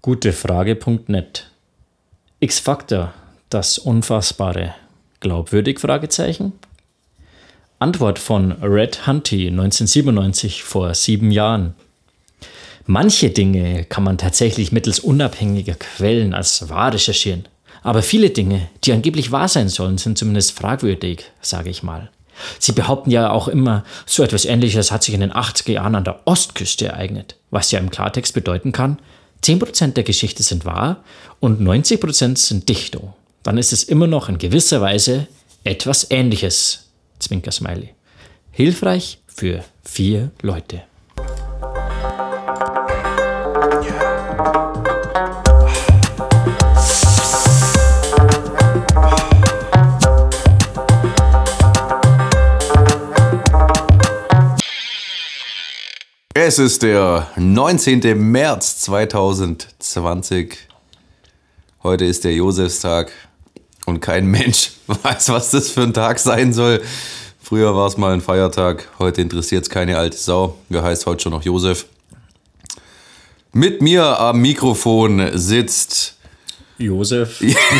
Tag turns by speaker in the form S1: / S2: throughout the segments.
S1: Gutefrage.net. X-Factor, das Unfassbare. Glaubwürdig? Fragezeichen. Antwort von Red Hunty 1997, vor 7 Jahren. Manche Dinge kann man tatsächlich mittels unabhängiger Quellen als wahr recherchieren. Aber viele Dinge, die angeblich wahr sein sollen, sind zumindest fragwürdig, sage ich mal. Sie behaupten ja auch immer, so etwas Ähnliches hat sich in den 80er Jahren an der Ostküste ereignet. Was ja im Klartext bedeuten kann, 10% der Geschichte sind wahr und 90% sind Dichtung. Dann ist es immer noch in gewisser Weise etwas Ähnliches. Zwinker-Smiley. Hilfreich für 4 Leute.
S2: Es ist der 19. März 2020. Heute ist der Josefstag und kein Mensch weiß, was das für ein Tag sein soll. Früher war es mal ein Feiertag, heute interessiert es keine alte Sau. Wer heißt heute schon noch Josef? Mit mir am Mikrofon sitzt
S1: Josef.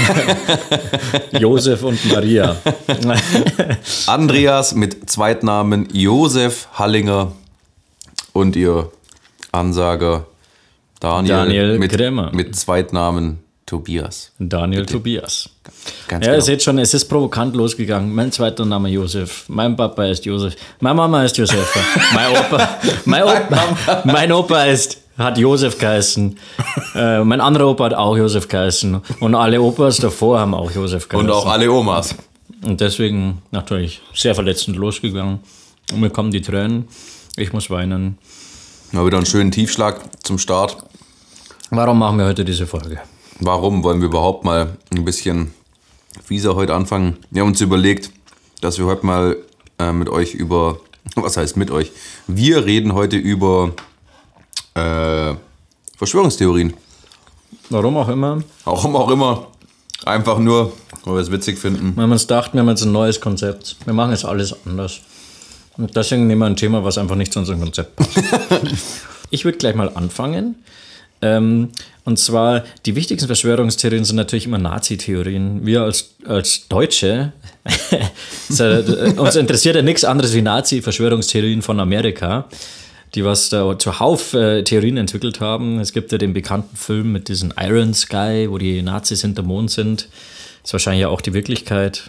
S1: Josef und Maria.
S2: Andreas mit Zweitnamen Josef Hallinger. Und ihr Ansager Daniel mit Zweitnamen Tobias.
S1: Daniel Bitte. Tobias. Ganz ja, genau. Ihr seht schon, es ist provokant losgegangen. Mein zweiter Name Josef. Mein Papa ist Josef. Meine Mama ist Josefa. Mein Opa hat Josef geheißen. Mein anderer Opa hat auch Josef geheißen. Und alle Opas davor haben auch Josef geheißen.
S2: Und auch alle Omas.
S1: Und deswegen natürlich sehr verletzend losgegangen. Und mir kommen die Tränen. Ich muss weinen.
S2: Mal wieder einen schönen Tiefschlag zum Start.
S1: Warum machen wir heute diese Folge?
S2: Warum wollen wir überhaupt mal ein bisschen fieser heute anfangen? Wir haben uns überlegt, dass wir heute mal mit euch über... Was heißt mit euch? Wir reden heute über Verschwörungstheorien.
S1: Warum auch immer.
S2: Warum auch immer. Einfach nur, weil wir es witzig finden.
S1: Wenn wir uns dachten, wir haben jetzt ein neues Konzept. Wir machen jetzt alles anders. Und deswegen nehmen wir ein Thema, was einfach nicht zu unserem Konzept passt. Ich würde gleich mal anfangen. Und zwar, die wichtigsten Verschwörungstheorien sind natürlich immer Nazi-Theorien. Wir als Deutsche, uns interessiert ja nichts anderes wie Nazi-Verschwörungstheorien von Amerika, die was da zuhauf Theorien entwickelt haben. Es gibt ja den bekannten Film mit diesem Iron Sky, wo die Nazis hinterm Mond sind. Das ist wahrscheinlich ja auch die Wirklichkeit.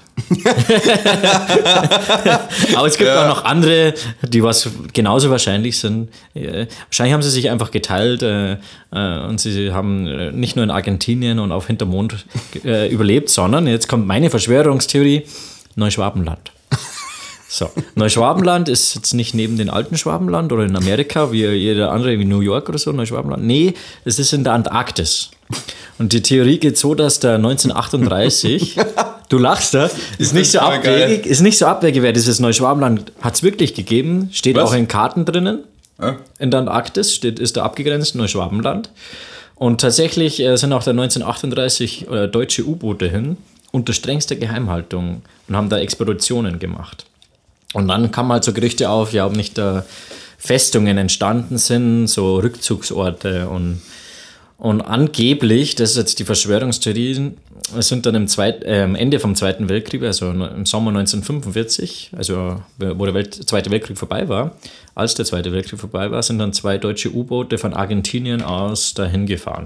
S1: Aber es gibt auch noch andere, die was genauso wahrscheinlich sind. Wahrscheinlich haben sie sich einfach geteilt und sie haben nicht nur in Argentinien und auf hinterm Mond überlebt, sondern jetzt kommt meine Verschwörungstheorie, Neuschwabenland. So, Neuschwabenland ist jetzt nicht neben dem alten Schwabenland oder in Amerika, wie jeder andere, wie New York oder so, Neuschwabenland. Nee, es ist in der Antarktis. Und die Theorie geht so, dass da 1938, du lachst da, ist nicht so abwegig, wer dieses Neuschwabenland hat es wirklich gegeben, steht auch in Karten drinnen. In der Antarktis ist da abgegrenzt, Neuschwabenland. Und tatsächlich sind auch da 1938 deutsche U-Boote hin, unter strengster Geheimhaltung, und haben da Expeditionen gemacht. Und dann kamen halt so Gerüchte auf, ja, ob nicht da Festungen entstanden sind, so Rückzugsorte und angeblich, das ist jetzt die Verschwörungstheorien, sind dann am Ende vom Zweiten Weltkrieg, also im Sommer 1945, also wo der Zweite Weltkrieg vorbei war, als der Zweite Weltkrieg vorbei war, sind dann 2 deutsche U-Boote von Argentinien aus dahin gefahren.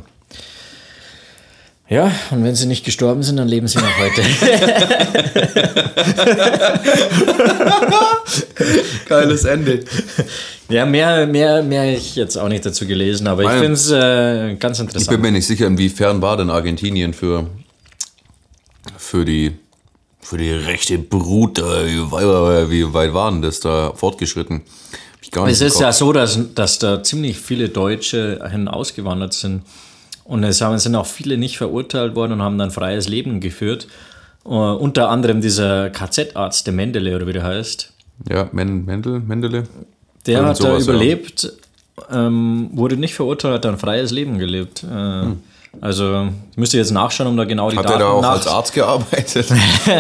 S1: Ja, und wenn sie nicht gestorben sind, dann leben sie noch heute.
S2: Geiles Ende.
S1: Ja, mehr ich jetzt auch nicht dazu gelesen, aber ich finde es ganz interessant.
S2: Ich bin mir nicht sicher, inwiefern war denn Argentinien für die rechte Brut, wie weit waren das da fortgeschritten?
S1: Es ist ja so, dass da ziemlich viele Deutsche ausgewandert sind. Und es sind auch viele nicht verurteilt worden und haben dann freies Leben geführt. Unter anderem dieser KZ-Arzt, der Mendele, oder wie der heißt.
S2: Ja, Mendele.
S1: Der hat da überlebt, wurde nicht verurteilt, hat dann freies Leben gelebt. Also müsst ihr jetzt nachschauen, um da genau die Daten...
S2: Hat er da auch als Arzt gearbeitet?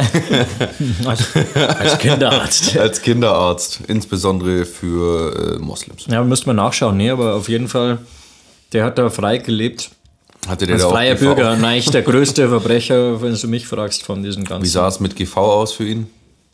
S1: als Kinderarzt.
S2: Als Kinderarzt, insbesondere für Moslems.
S1: Ja, müsste man nachschauen. Nee, aber auf jeden Fall, der hat da frei gelebt.
S2: Hatte der
S1: Als
S2: da auch
S1: freier
S2: GV?
S1: Bürger, nein, der größte Verbrecher, wenn du mich fragst, von diesen ganzen.
S2: Wie sah es mit GV aus für ihn?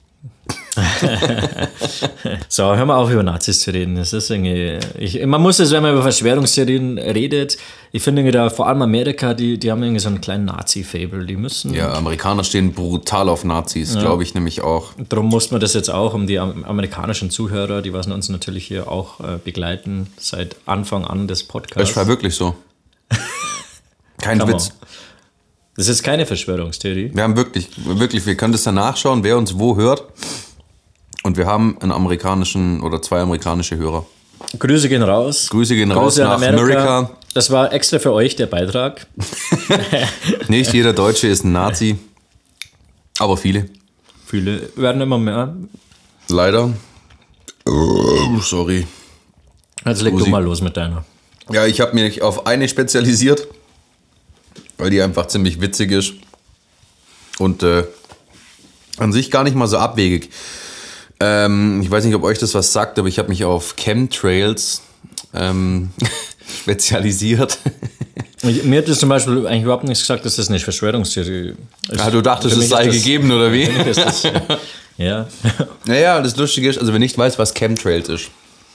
S1: So, hör mal auf, über Nazis zu reden. Das ist irgendwie, man muss es, wenn man über Verschwörungstheorien redet, ich finde irgendwie da, vor allem Amerika, die haben irgendwie so einen kleinen Nazi-Fable. Die müssen.
S2: Ja, Amerikaner stehen brutal auf Nazis, glaube ich nämlich auch.
S1: Darum muss man das jetzt auch, um die amerikanischen Zuhörer, die was uns natürlich hier auch begleiten, seit Anfang an des Podcasts.
S2: Es war wirklich so. Kein Witz.
S1: Das ist keine Verschwörungstheorie.
S2: Wir haben wirklich, wir können das dann nachschauen, wer uns wo hört. Und wir haben einen amerikanischen oder 2 amerikanische Hörer.
S1: Grüße gehen raus.
S2: Grüße gehen raus nach Amerika.
S1: Das war extra für euch der Beitrag.
S2: Nicht jeder Deutsche ist ein Nazi, aber viele.
S1: Viele werden immer mehr.
S2: Leider. Sorry.
S1: Jetzt leg du mal los mit deiner.
S2: Ja, ich habe mich auf eine spezialisiert, weil die einfach ziemlich witzig ist. Und an sich gar nicht mal so abwegig. Ich weiß nicht, ob euch das was sagt, aber ich habe mich auf Chemtrails spezialisiert.
S1: Mir hat das zum Beispiel eigentlich überhaupt nichts gesagt, dass das eine Verschwörungstheorie ist.
S2: Ah, du dachtest, es sei gegeben, oder wie?
S1: Ja.
S2: Naja, das Lustige ist, also wer nicht weiß, was Chemtrails ist.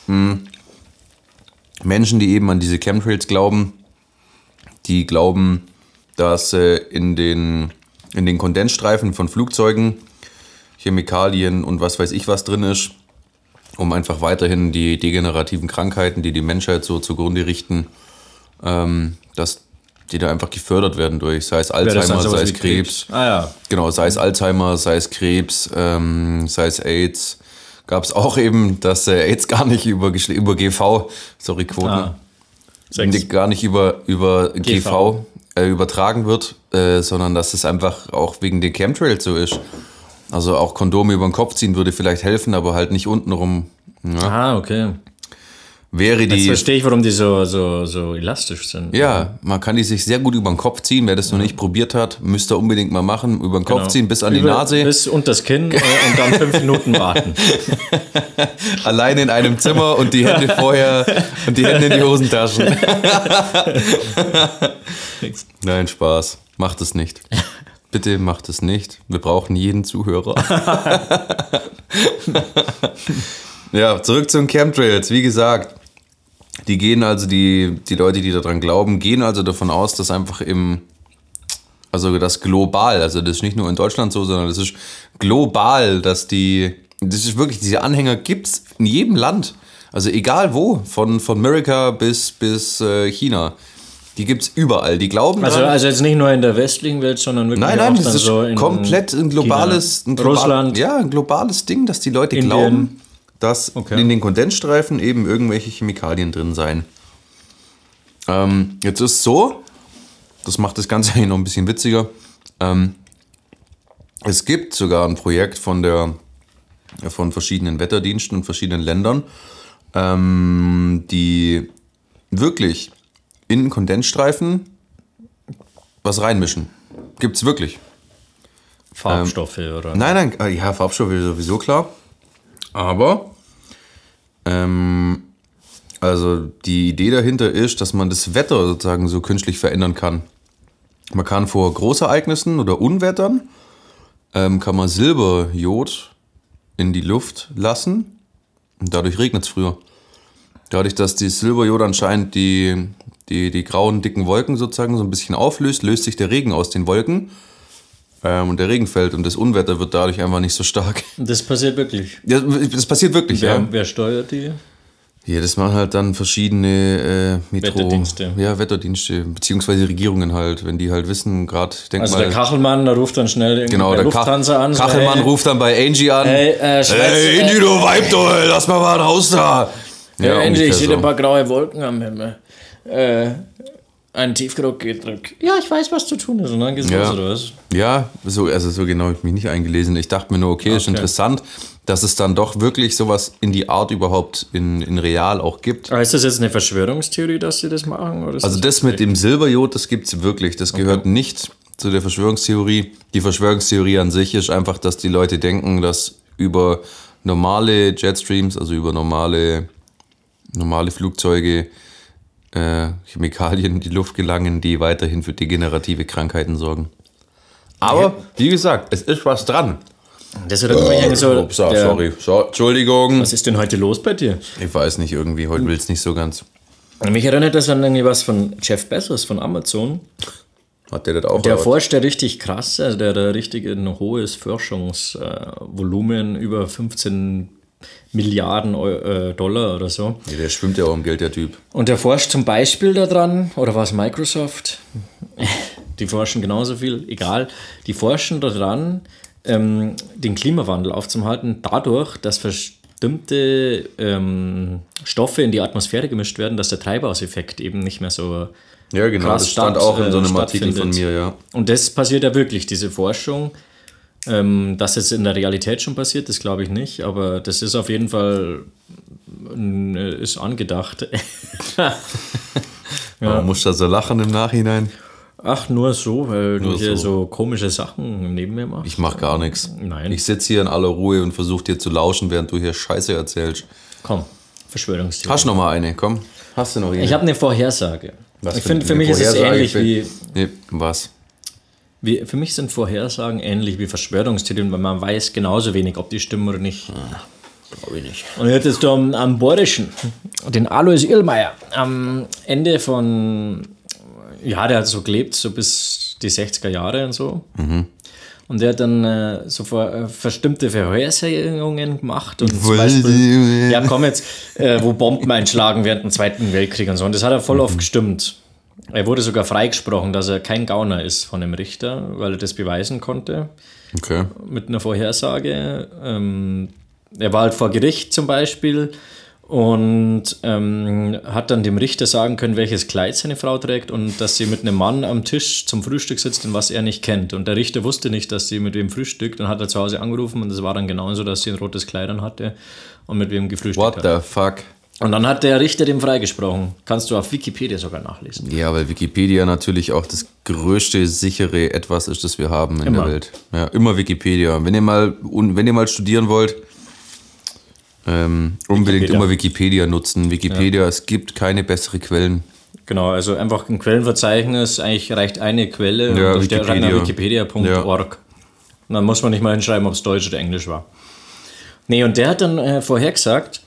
S2: Menschen, die eben an diese Chemtrails glauben, die glauben, dass in den Kondensstreifen von Flugzeugen Chemikalien und was weiß ich was drin ist, um einfach weiterhin die degenerativen Krankheiten, die die Menschheit so zugrunde richten, dass die da einfach gefördert werden durch, sei es Alzheimer, sei es Krebs.
S1: Ah ja.
S2: Genau, sei es Alzheimer, sei es Krebs, sei es AIDS. Gab es auch eben, dass AIDS gar nicht über GV, sorry, Quoten, gar nicht über GV übertragen wird, sondern dass es einfach auch wegen den Chemtrails so ist. Also auch Kondome über den Kopf ziehen würde vielleicht helfen, aber halt nicht untenrum. Ja.
S1: Ah, okay. Jetzt verstehe ich, warum die so elastisch sind.
S2: Ja, man kann die sich sehr gut über den Kopf ziehen. Wer das noch nicht probiert hat, müsst ihr unbedingt mal machen. Über den Kopf ziehen bis an die Nase.
S1: Bis unter das Kinn und dann 5 Minuten warten.
S2: Alleine in einem Zimmer und die Hände vorher und die Hände in die Hosentaschen. Nein, Spaß. Macht es nicht. Bitte macht es nicht. Wir brauchen jeden Zuhörer. Ja, zurück zu den Chemtrails. Wie gesagt, die gehen also, die Leute, die daran glauben, gehen also davon aus, dass einfach das global, also das ist nicht nur in Deutschland so, sondern das ist global, das ist wirklich, diese Anhänger gibt es in jedem Land. Also egal wo, von Amerika bis China. Die gibt es überall. Die glauben
S1: also jetzt nicht nur in der westlichen Welt, sondern wirklich
S2: nein,
S1: auch
S2: das
S1: dann
S2: ist
S1: so in
S2: komplett ein globales
S1: Russland.
S2: Ja, ein globales Ding, dass die Leute glauben, dass in den Kondensstreifen eben irgendwelche Chemikalien drin seien. Jetzt ist so, das macht das Ganze hier noch ein bisschen witziger. Es gibt sogar ein Projekt von verschiedenen Wetterdiensten und verschiedenen Ländern, die wirklich in Kondensstreifen was reinmischen. Gibt's wirklich.
S1: Farbstoffe, oder?
S2: Nein, ja, Farbstoffe ist sowieso klar. Aber, also die Idee dahinter ist, dass man das Wetter sozusagen so künstlich verändern kann. Man kann vor Großereignissen oder Unwettern, kann man Silberjod in die Luft lassen und dadurch regnet es früher. Dadurch, dass die Silberjod anscheinend die grauen, dicken Wolken sozusagen so ein bisschen auflöst, löst sich der Regen aus den Wolken und der Regen fällt und das Unwetter wird dadurch einfach nicht so stark.
S1: Das passiert wirklich?
S2: Ja, das passiert wirklich,
S1: Wer steuert die?
S2: Ja, das machen halt dann verschiedene
S1: Wetterdienste.
S2: Ja, Wetterdienste, beziehungsweise Regierungen halt, wenn die halt wissen, gerade,
S1: der Kachelmann, der ruft dann schnell bei Lufthansa an.
S2: Kachelmann ruft dann bei Angie an. Hey, Angie, du Weib, du, lass mal was raus da.
S1: Ja, Angie, ich sehe ein paar graue Wolken am Himmel. Ein Tiefdruck geht zurück. Ja, ich weiß, was zu tun ist. Und dann geht's los, oder was?
S2: Ja, so genau habe ich mich nicht eingelesen. Ich dachte mir nur, okay, ist interessant, dass es dann doch wirklich sowas in die Art überhaupt in real auch gibt.
S1: Aber ist das jetzt eine Verschwörungstheorie, dass sie das machen? Oder
S2: also das mit dem Silberjod, das gibt es wirklich. Das gehört nicht zu der Verschwörungstheorie. Die Verschwörungstheorie an sich ist einfach, dass die Leute denken, dass über normale Jetstreams, also über normale Flugzeuge, Chemikalien in die Luft gelangen, die weiterhin für degenerative Krankheiten sorgen. Aber, wie gesagt, es ist was dran.
S1: Das ist irgendwie so.
S2: Sorry. So, Entschuldigung.
S1: Was ist denn heute los bei dir?
S2: Ich weiß nicht, irgendwie, heute will es nicht so ganz.
S1: Mich erinnert das an irgendwie was von Jeff Bezos von Amazon.
S2: Hat der das auch?
S1: Der forscht ja richtig krass, also der hat ein richtig ein hohes Forschungsvolumen, über 15 Milliarden Dollar oder so.
S2: Ja, der schwimmt ja auch im Geld, der Typ.
S1: Und der forscht zum Beispiel daran, oder war es Microsoft? Die forschen genauso viel, egal. Die forschen daran, den Klimawandel aufzuhalten, dadurch, dass bestimmte Stoffe in die Atmosphäre gemischt werden, dass der Treibhauseffekt eben nicht mehr so
S2: ja, genau,
S1: krass
S2: das stand auch in so einem Artikel von mir, ja.
S1: Und das passiert ja wirklich, diese Forschung. Dass es in der Realität schon passiert, das glaube ich nicht, aber das ist auf jeden Fall ist angedacht.
S2: Warum musst du da so lachen im Nachhinein?
S1: Ach, nur so, weil du hier so komische Sachen neben mir machst.
S2: Ich mache gar nichts.
S1: Nein.
S2: Ich sitze hier in aller Ruhe und versuche dir zu lauschen, während du hier Scheiße erzählst.
S1: Komm, Verschwörungstheorie.
S2: Hast du noch mal eine? Komm, hast du noch eine?
S1: Ich habe eine Vorhersage.
S2: Was
S1: ich finde, für mich ist es ähnlich wie...
S2: Nee, was?
S1: Für mich sind Vorhersagen ähnlich wie Verschwörungstheorien, weil man weiß genauso wenig, ob die stimmen oder nicht.
S2: Glaube ich nicht.
S1: Und jetzt ist da am Bayerischen, den Alois Irlmeier, am Ende von, ja, der hat so gelebt, so bis die 60er Jahre und so. Mhm. Und der hat dann so verstimmte Vorhersagungen gemacht. Und zum Beispiel, ja komm jetzt, wo Bomben einschlagen während dem Zweiten Weltkrieg und so. Und das hat er voll oft gestimmt. Er wurde sogar freigesprochen, dass er kein Gauner ist von dem Richter, weil er das beweisen konnte.
S2: Okay.
S1: Mit einer Vorhersage. Er war halt vor Gericht zum Beispiel und hat dann dem Richter sagen können, welches Kleid seine Frau trägt und dass sie mit einem Mann am Tisch zum Frühstück sitzt, den was er nicht kennt. Und der Richter wusste nicht, dass sie mit wem frühstückt. Dann hat er zu Hause angerufen und es war dann genauso, dass sie ein rotes Kleid an hatte und mit wem gefrühstückt hat.
S2: What the fuck?
S1: Und dann hat der Richter dem freigesprochen. Kannst du auf Wikipedia sogar nachlesen.
S2: Ja, weil Wikipedia natürlich auch das größte, sichere Etwas ist, das wir haben in der Welt. Ja, immer Wikipedia. Wenn ihr mal studieren wollt, unbedingt immer Wikipedia nutzen. Wikipedia, es gibt keine bessere Quellen.
S1: Genau, also einfach ein Quellenverzeichnis, eigentlich reicht eine Quelle
S2: ja,
S1: und da steht wikipedia.org.
S2: Ja.
S1: Und dann muss man nicht mal hinschreiben, ob es Deutsch oder Englisch war. Nee, und der hat dann vorhergesagt,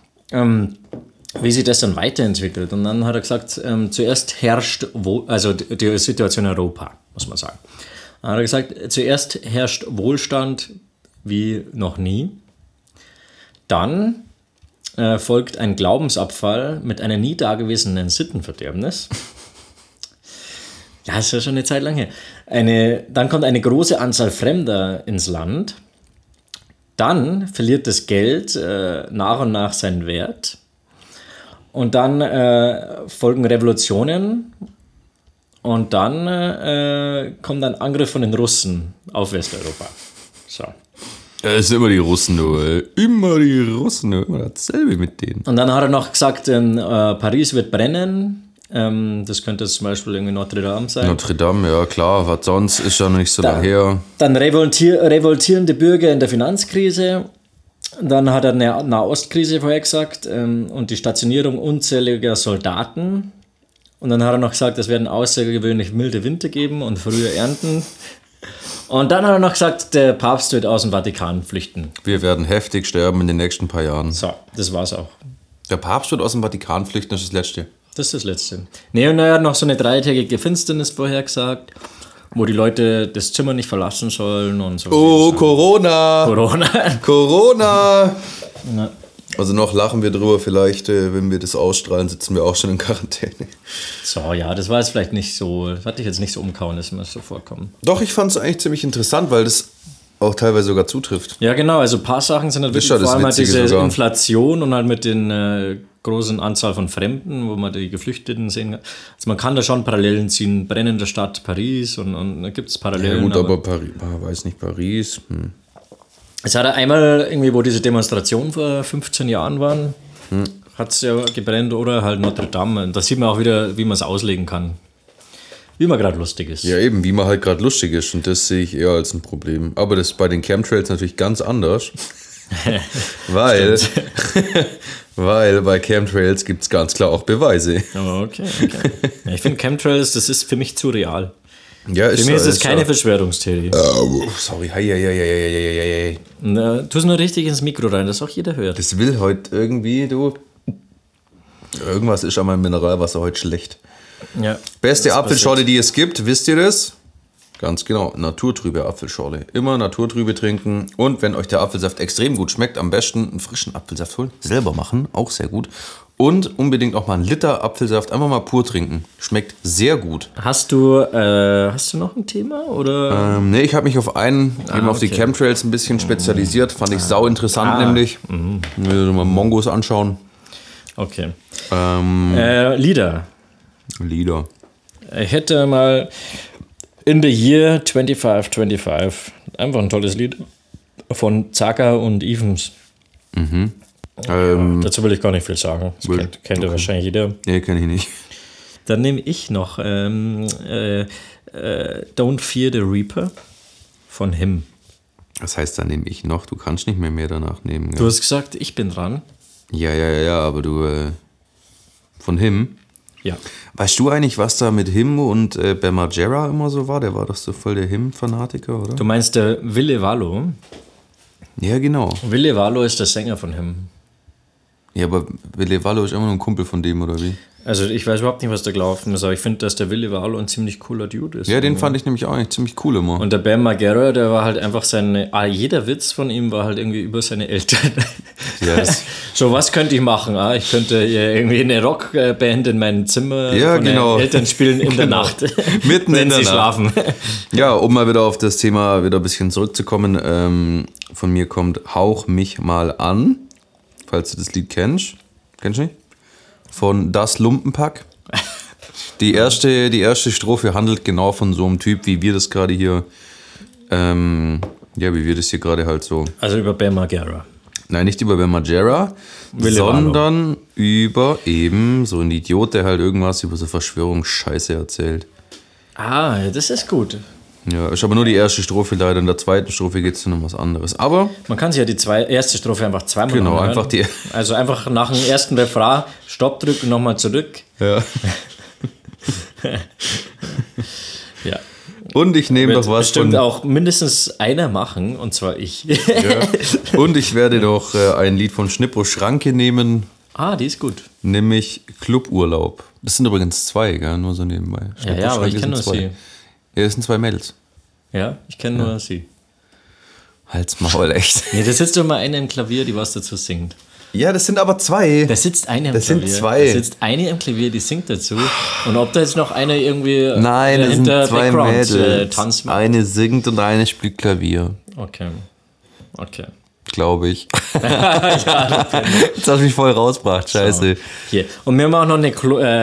S1: wie sich das dann weiterentwickelt. Und dann hat er gesagt, zuerst herrscht, also die Situation in Europa, muss man sagen. Dann hat er gesagt, zuerst herrscht Wohlstand wie noch nie. Dann folgt ein Glaubensabfall mit einer nie dagewesenen Sittenverderbnis. Ja, das ist ja schon eine Zeit lang her. Dann kommt eine große Anzahl Fremder ins Land. Dann verliert das Geld nach und nach seinen Wert. Und dann folgen Revolutionen. Und dann kommt ein Angriff von den Russen auf Westeuropa. So.
S2: Es sind immer die Russen, du. Immer die Russen, du. Immer dasselbe mit denen.
S1: Und dann hat er noch gesagt, Paris wird brennen. Das könnte zum Beispiel irgendwie Notre Dame sein.
S2: Notre Dame, ja klar. Was sonst ist ja noch nicht so lange her.
S1: Dann revoltierende Bürger in der Finanzkrise. Dann hat er eine Nahostkrise vorhergesagt und die Stationierung unzähliger Soldaten. Und dann hat er noch gesagt, es werden außergewöhnlich milde Winter geben und frühe Ernten. Und dann hat er noch gesagt, der Papst wird aus dem Vatikan flüchten.
S2: Wir werden heftig sterben in den nächsten paar Jahren.
S1: So, das war's auch.
S2: Der Papst wird aus dem Vatikan flüchten, das ist das Letzte.
S1: Das ist das Letzte. Nee, und er hat noch so eine 3-tägige Finsternis vorhergesagt, wo die Leute das Zimmer nicht verlassen sollen und so.
S2: Oh, Corona! Corona!
S1: Ja.
S2: Also noch lachen wir drüber, vielleicht, wenn wir das ausstrahlen, sitzen wir auch schon in Quarantäne.
S1: So, ja, das war jetzt vielleicht nicht so, das hatte ich jetzt nicht so umkauen, dass mir das so vorkommt.
S2: Doch, ich fand es eigentlich ziemlich interessant, weil das auch teilweise sogar zutrifft.
S1: Ja, genau, also ein paar Sachen sind natürlich vor allem halt diese sogar. Inflation und halt mit den großen Anzahl von Fremden, wo man die Geflüchteten sehen kann. Also man kann da schon Parallelen ziehen, brennende Stadt Paris und da gibt es Parallelen.
S2: Ja gut, aber Paris, weiß nicht, Paris.
S1: Es hat einmal irgendwie, wo diese Demonstrationen vor 15 Jahren waren, hat es ja gebrennt oder halt Notre Dame. Da sieht man auch wieder, wie man es auslegen kann. Wie man gerade lustig ist.
S2: Ja eben, wie man halt gerade lustig ist und das sehe ich eher als ein Problem. Aber das ist bei den Chemtrails natürlich ganz anders. Weil bei Chemtrails gibt es ganz klar auch Beweise.
S1: Oh, okay. Ja, ich finde Chemtrails, das ist für mich zu real.
S2: Ja,
S1: Für mich ist es keine Verschwörungstheorie.
S2: Sorry, hei.
S1: Na, tu es nur richtig ins Mikro rein, dass auch jeder hört.
S2: Das will heute irgendwie, du. Irgendwas ist an meinem Mineralwasser heute schlecht.
S1: Ja,
S2: Beste
S1: das
S2: Apfelschorle,
S1: passiert.
S2: die es gibt, wisst ihr das? Ganz genau, naturtrübe Apfelschorle. Immer naturtrübe trinken. Und wenn euch der Apfelsaft extrem gut schmeckt, am besten einen frischen Apfelsaft holen. Selber machen, auch sehr gut. Und unbedingt auch mal einen Liter Apfelsaft einfach mal pur trinken. Schmeckt sehr gut.
S1: Hast du noch ein Thema? Oder?
S2: Nee, ich habe mich auf einen, eben auf die
S1: okay.
S2: Chemtrails ein bisschen spezialisiert. Fand ich sau interessant nämlich. Wenn wir mal Mongos anschauen.
S1: Okay.
S2: Lieder.
S1: Ich hätte mal In the Year 2525 einfach ein tolles Lied von Zaga und Evans. Dazu will ich gar nicht viel sagen. Das kennt ja wahrscheinlich jeder.
S2: Nee, kenne ich nicht.
S1: Dann nehme ich noch Don't Fear the Reaper von Him.
S2: Das heißt, da nehme ich noch. Du kannst nicht mehr danach nehmen.
S1: Du hast gesagt, ich bin dran.
S2: Ja, aber du von Him.
S1: Ja.
S2: Weißt du eigentlich, was da mit Him und Bam Margera immer so war? Der war doch so voll der Him-Fanatiker, oder?
S1: Du meinst der Ville Valo?
S2: Ja, genau.
S1: Ville Valo ist der Sänger von Him.
S2: Ja, aber Ville Valo ist immer noch ein Kumpel von dem, oder wie?
S1: Also ich weiß überhaupt nicht, was da gelaufen ist, aber ich finde, dass der Ville Valo ein ziemlich cooler Dude ist.
S2: Ja, den fand ich nämlich auch eigentlich ziemlich cool immer.
S1: Und der Bam Margera, der war halt einfach jeder Witz von ihm war halt irgendwie über seine Eltern.
S2: Yes.
S1: So, was könnte ich machen? Ich könnte irgendwie eine Rockband in meinem Zimmer
S2: Ja,
S1: von
S2: genau.
S1: den Eltern spielen in der Nacht.
S2: Mitten
S1: wenn
S2: in der
S1: sie
S2: Nacht.
S1: schlafen.
S2: Ja, um mal wieder auf das Thema wieder ein bisschen zurückzukommen. Von mir kommt Hauch mich mal an, falls du das Lied kennst. Kennst du nicht? Von Das Lumpenpack. Die erste Strophe handelt genau von so einem Typ, wie wir das gerade hier, wie wir das hier gerade halt so.
S1: Also über Bam Margera.
S2: Nein, nicht über Bam Margera,
S1: Ville
S2: sondern über eben so einen Idiot, der halt irgendwas über so Verschwörungsscheiße erzählt.
S1: Das ist gut.
S2: Ja, ist aber nur die erste Strophe leider. In der zweiten Strophe geht es um was anderes. Aber
S1: Man kann sich ja die erste Strophe einfach zweimal
S2: Genau,
S1: anhören.
S2: einfach die-
S1: Also einfach nach dem ersten Refrain Stopp drücken, nochmal zurück.
S2: ja.
S1: Ja.
S2: Und ich nehme
S1: Wird
S2: doch was
S1: bestimmt
S2: von.
S1: auch mindestens einer machen, und zwar ich.
S2: Ja. Und ich werde doch ein Lied von Schnippo Schranke nehmen,
S1: Die ist gut.
S2: nämlich Cluburlaub. Das sind übrigens zwei, gell? Nur so nebenbei. Schnippo
S1: Ja, aber ich
S2: Schranke
S1: kenne nur
S2: sind zwei.
S1: sie.
S2: Ja, das sind zwei Mädels.
S1: Ja, ich kenne nur sie.
S2: Halt's Maul, echt.
S1: Nee, da sitzt doch mal einer im Klavier, die was dazu singt.
S2: Ja, das sind aber zwei.
S1: Da sitzt eine im
S2: Das sind
S1: Klavier.
S2: zwei.
S1: Da sitzt eine im Klavier, die singt dazu. Und ob da jetzt noch eine irgendwie
S2: Nein, das sind
S1: hinter
S2: zwei Mädels.
S1: Tanz macht.
S2: Eine singt und eine spielt Klavier.
S1: Okay.
S2: Glaube ich. Jetzt hast du mich voll rausgebracht, scheiße.
S1: Hier. Und wir haben auch noch eine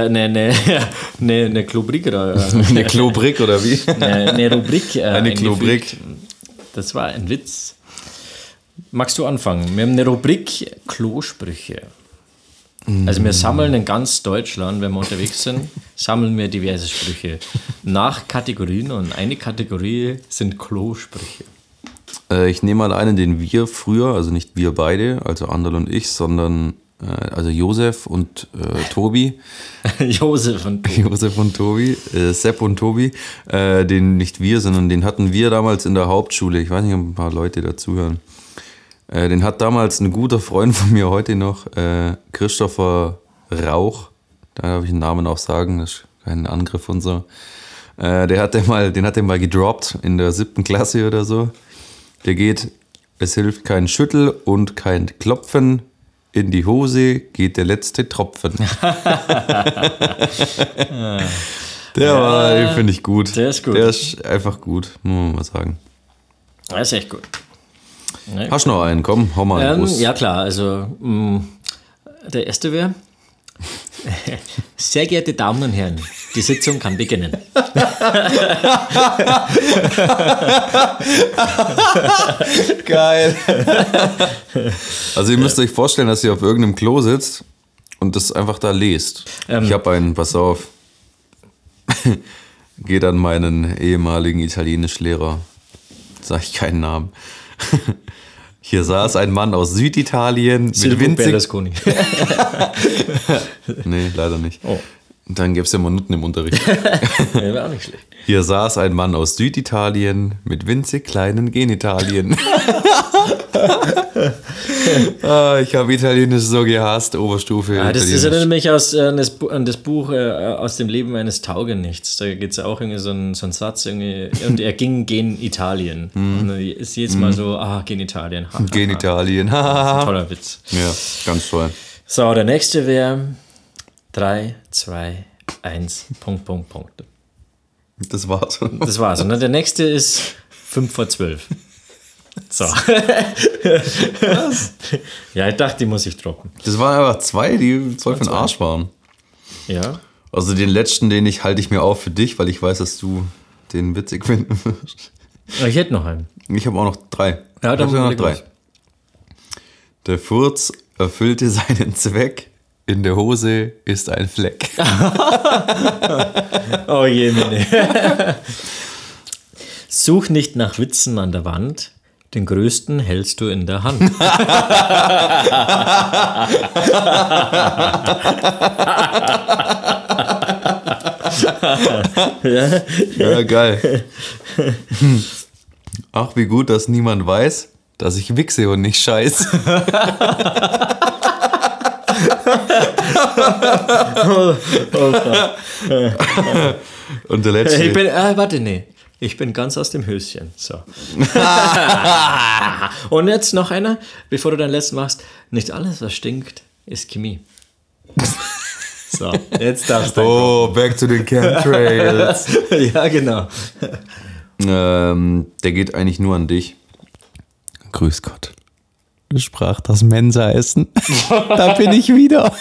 S1: Klobrik oder
S2: Eine Klobrik oder wie?
S1: eine Rubrik.
S2: Eine Klobrik.
S1: Das war ein Witz. Magst du anfangen? Wir haben eine Rubrik Klosprüche. Also wir sammeln in ganz Deutschland, wenn wir unterwegs sind, sammeln wir diverse Sprüche nach Kategorien, und eine Kategorie sind Klosprüche.
S2: Ich nehme mal einen, den wir früher, also nicht wir beide, also Anderl und ich, sondern also Josef und Tobi.
S1: Josef und
S2: Josef und Tobi, Sepp und Tobi, den nicht wir, sondern den hatten wir damals in der Hauptschule. Ich weiß nicht, ob ein paar Leute dazuhören. Den hat damals ein guter Freund von mir heute noch, Christopher Rauch. Da darf ich den Namen auch sagen, das ist kein Angriff und so. Den hat er mal gedroppt in der 7. Klasse oder so. Der geht, es hilft kein Schüttel und kein Klopfen. In die Hose geht der letzte Tropfen. Den finde ich gut.
S1: Der ist gut.
S2: Der ist einfach gut, muss man mal sagen.
S1: Das ist echt gut. Ne?
S2: Hast du noch einen? Komm, hau mal einen Gruß.
S1: Ja klar, also der erste wäre: Sehr geehrte Damen und Herren, die Sitzung kann beginnen.
S2: Geil. Also ihr müsst euch vorstellen, dass ihr auf irgendeinem Klo sitzt und das einfach da lest. Ich habe einen, pass auf. Geht an meinen ehemaligen Italienischlehrer. Sag ich keinen Namen. Hier saß ein Mann aus Süditalien mit
S1: Silvio
S2: winzig...
S1: Berlusconi.
S2: Nee, leider nicht.
S1: Oh.
S2: Und dann gäbe es ja Minuten im Unterricht.
S1: Wäre auch nicht schlecht.
S2: Hier saß ein Mann aus Süditalien mit winzig kleinen Genitalien. Ich habe Italienisch so gehasst, Oberstufe.
S1: Das
S2: Italienisch.
S1: erinnert mich an das Buch aus dem Leben eines Taugenichts. Da geht es ja auch irgendwie so ein Satz, irgendwie, und er ging gen Italien. Und dann ist jedes Mal so, gen Italien.
S2: Genitalien.
S1: Toller Witz.
S2: Ja, ganz toll.
S1: So, der nächste wäre 3, 2, 1, Punkt.
S2: Das war's.
S1: Das war's. Und dann der nächste ist 5 vor 12. So. Was? Ja, ich dachte, die muss ich droppen.
S2: Das waren einfach zwei, die voll für den Arsch waren.
S1: Ja.
S2: Also den letzten, halte ich mir auf für dich, weil ich weiß, dass du den witzig finden wirst.
S1: Ich hätte noch einen.
S2: Ich habe auch noch 3.
S1: Ja, dann
S2: ich habe noch
S1: leg
S2: 3.
S1: los.
S2: Der Furz erfüllte seinen Zweck. In der Hose ist ein Fleck.
S1: Oh je, meine. Such nicht nach Witzen an der Wand. Den größten hältst du in der Hand.
S2: Ja, geil. Ach, wie gut, dass niemand weiß, dass ich wichse und nicht scheiß. Und der letzte.
S1: Ich bin ganz aus dem Höschen. So. Und jetzt noch einer, bevor du dein letztes machst. Nicht alles, was stinkt, ist Chemie. So, jetzt darfst du.
S2: Oh, back to the chemtrails.
S1: Ja, genau.
S2: Der geht eigentlich nur an dich. Grüß Gott. Sprach das Mensa-Essen. Da bin ich wieder.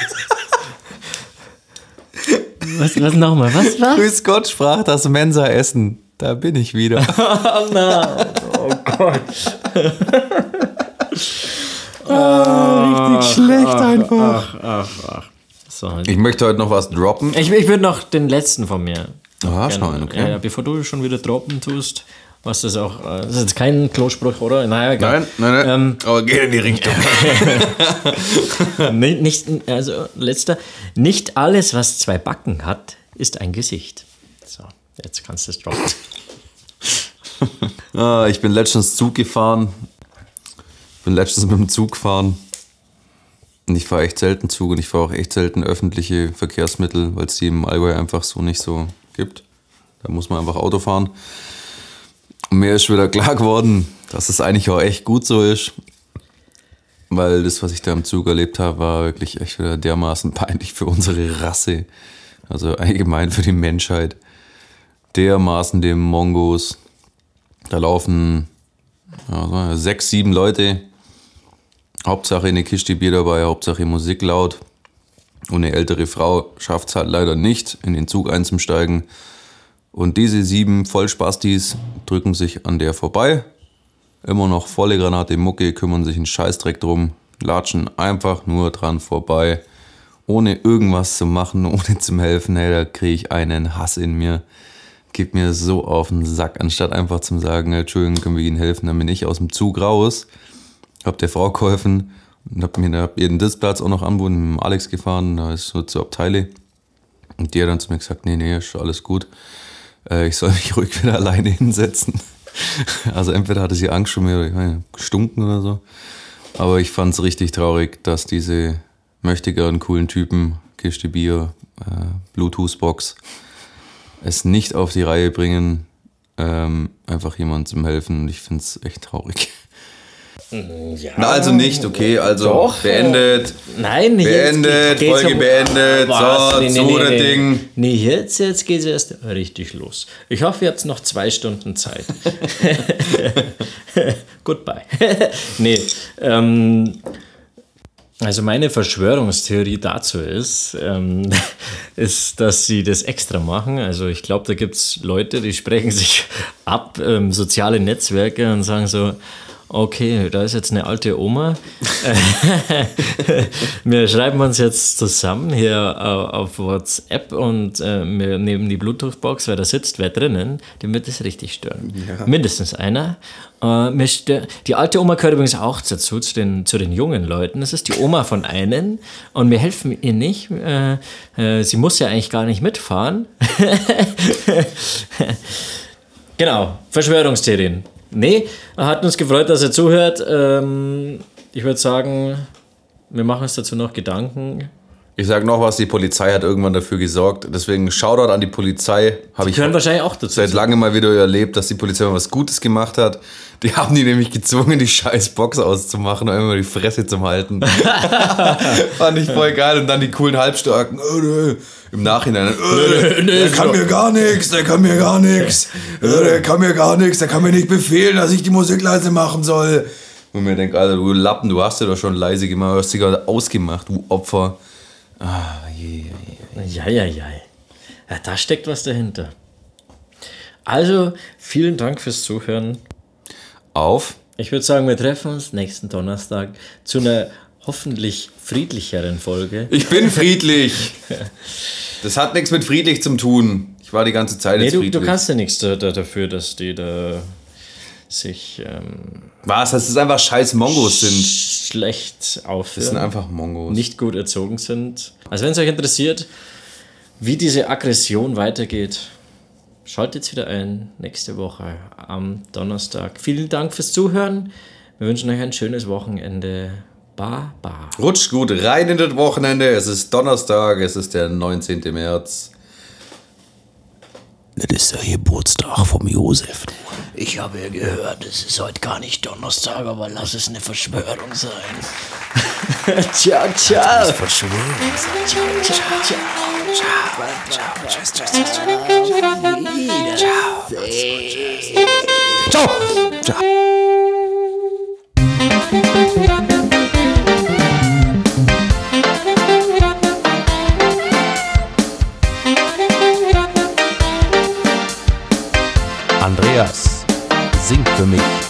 S1: Was nochmal? Was?
S2: Grüß Gott, sprach das Mensa-Essen. Da bin ich wieder.
S1: Oh nein. Oh Gott.
S2: Richtig schlecht einfach.
S1: Ach. So,
S2: Ich möchte heute noch was droppen.
S1: ich würde noch den letzten von mir.
S2: Schon, okay.
S1: Ja, bevor du schon wieder droppen tust, was das auch. Das ist jetzt kein Klospruch, oder? Naja, egal.
S2: Nein. Aber geht in die Richtung.
S1: Also, letzter. Nicht alles, was 2 Backen hat, ist ein Gesicht. So, jetzt kannst du es droppen.
S2: Ich bin letztens Zug gefahren. Mit dem Zug gefahren. Und ich fahre echt selten Zug und ich fahre auch echt selten öffentliche Verkehrsmittel, weil es die im Allgäu einfach so nicht so gibt. Da muss man einfach Auto fahren. Und mir ist wieder klar geworden, dass es eigentlich auch echt gut so ist. Weil das, was ich da im Zug erlebt habe, war wirklich echt wieder dermaßen peinlich für unsere Rasse. Also allgemein für die Menschheit. Dermaßen dem Mongos. Da laufen 6, 7 Leute. Hauptsache eine Kiste Bier dabei, Hauptsache Musik laut. Und eine ältere Frau schafft es halt leider nicht, in den Zug einzusteigen. Und diese 7 Vollspastis drücken sich an der vorbei. Immer noch volle Granate Mucke, kümmern sich einen Scheißdreck drum, latschen einfach nur dran vorbei, ohne irgendwas zu machen, ohne zu helfen. Hey, da kriege ich einen Hass in mir. Gibt mir so auf den Sack, anstatt einfach zu sagen, Entschuldigung, können wir Ihnen helfen. Dann bin ich aus dem Zug raus, hab der Frau geholfen und hab ihr den Sitzplatz auch noch anboten, mit dem Alex gefahren, da ist so zur Abteile. Und die hat dann zu mir gesagt, nee, ist alles gut. Ich soll mich ruhig wieder alleine hinsetzen. Also entweder hatte sie Angst schon mehr gestunken oder so. Aber ich fand es richtig traurig, dass diese mächtigeren, coolen Typen, Kiste Bier, Bluetooth-Box, es nicht auf die Reihe bringen, einfach jemandem zum Helfen. Und ich finde es echt traurig.
S1: Ja.
S2: Na, also nicht, okay, also
S1: Doch.
S2: beendet.
S1: Nein, nicht
S2: Beendet,
S1: jetzt.
S2: Folge beendet, so, das Ding.
S1: Nee, jetzt geht es erst richtig los. Ich hoffe, ihr habt noch 2 Stunden Zeit. Goodbye. Nee, also meine Verschwörungstheorie dazu ist, dass sie das extra machen. Also ich glaube, da gibt es Leute, die sprechen sich ab, soziale Netzwerke und sagen so, okay, da ist jetzt eine alte Oma. Wir schreiben uns jetzt zusammen hier auf WhatsApp und wir nehmen die Bluetooth-Box, weil da sitzt wer drinnen, dem wird das richtig stören. Ja. Mindestens einer. Die alte Oma gehört übrigens auch dazu, zu den jungen Leuten. Das ist die Oma von einem und wir helfen ihr nicht. Sie muss ja eigentlich gar nicht mitfahren. Genau, Verschwörungstheorien. Nee, hat uns gefreut, dass ihr zuhört. Ich würde sagen, wir machen uns dazu noch Gedanken.
S2: Ich sage noch was, die Polizei hat irgendwann dafür gesorgt. Deswegen Shoutout an die Polizei.
S1: Die gehören wahrscheinlich auch dazu.
S2: Seit langem mal wieder erlebt, dass die Polizei mal was Gutes gemacht hat. Die haben die nämlich gezwungen, die scheiß Box auszumachen und immer die Fresse zu halten. Fand ich voll geil. Und dann die coolen Halbstarken. Im Nachhinein. Der kann mir gar nichts, der kann mir gar nichts. Der kann mir nicht befehlen, dass ich die Musik leise machen soll. Und mir denkt, Alter, du Lappen, du hast ja doch schon leise gemacht, du hast sie gerade ausgemacht, du Opfer.
S1: Ja, da steckt was dahinter. Also, vielen Dank fürs Zuhören. Ich würde sagen, wir treffen uns nächsten Donnerstag zu einer hoffentlich friedlicheren Folge.
S2: Ich bin friedlich. Das hat nichts mit friedlich zu tun. Ich war die ganze Zeit jetzt friedlich.
S1: Du kannst ja nichts dafür, dass die da sich...
S2: Was? Dass es einfach scheiß Mongos sind?
S1: Schlecht aufhören.
S2: Das sind einfach Mongos.
S1: Nicht gut erzogen sind. Also wenn es euch interessiert, wie diese Aggression weitergeht, schaltet wieder ein nächste Woche am Donnerstag. Vielen Dank fürs Zuhören. Wir wünschen euch ein schönes Wochenende. Baba.
S2: Rutscht gut rein in das Wochenende. Es ist Donnerstag, es ist der 19. März. Das ist der Geburtstag vom Josef.
S1: Ich habe ja gehört, es ist heute gar nicht Donnerstag, aber lass es eine Verschwörung sein. Ciao, ciao.
S2: Verschwörung.
S1: Ciao, ciao.
S2: Ciao. Ciao. Andreas, sing für mich.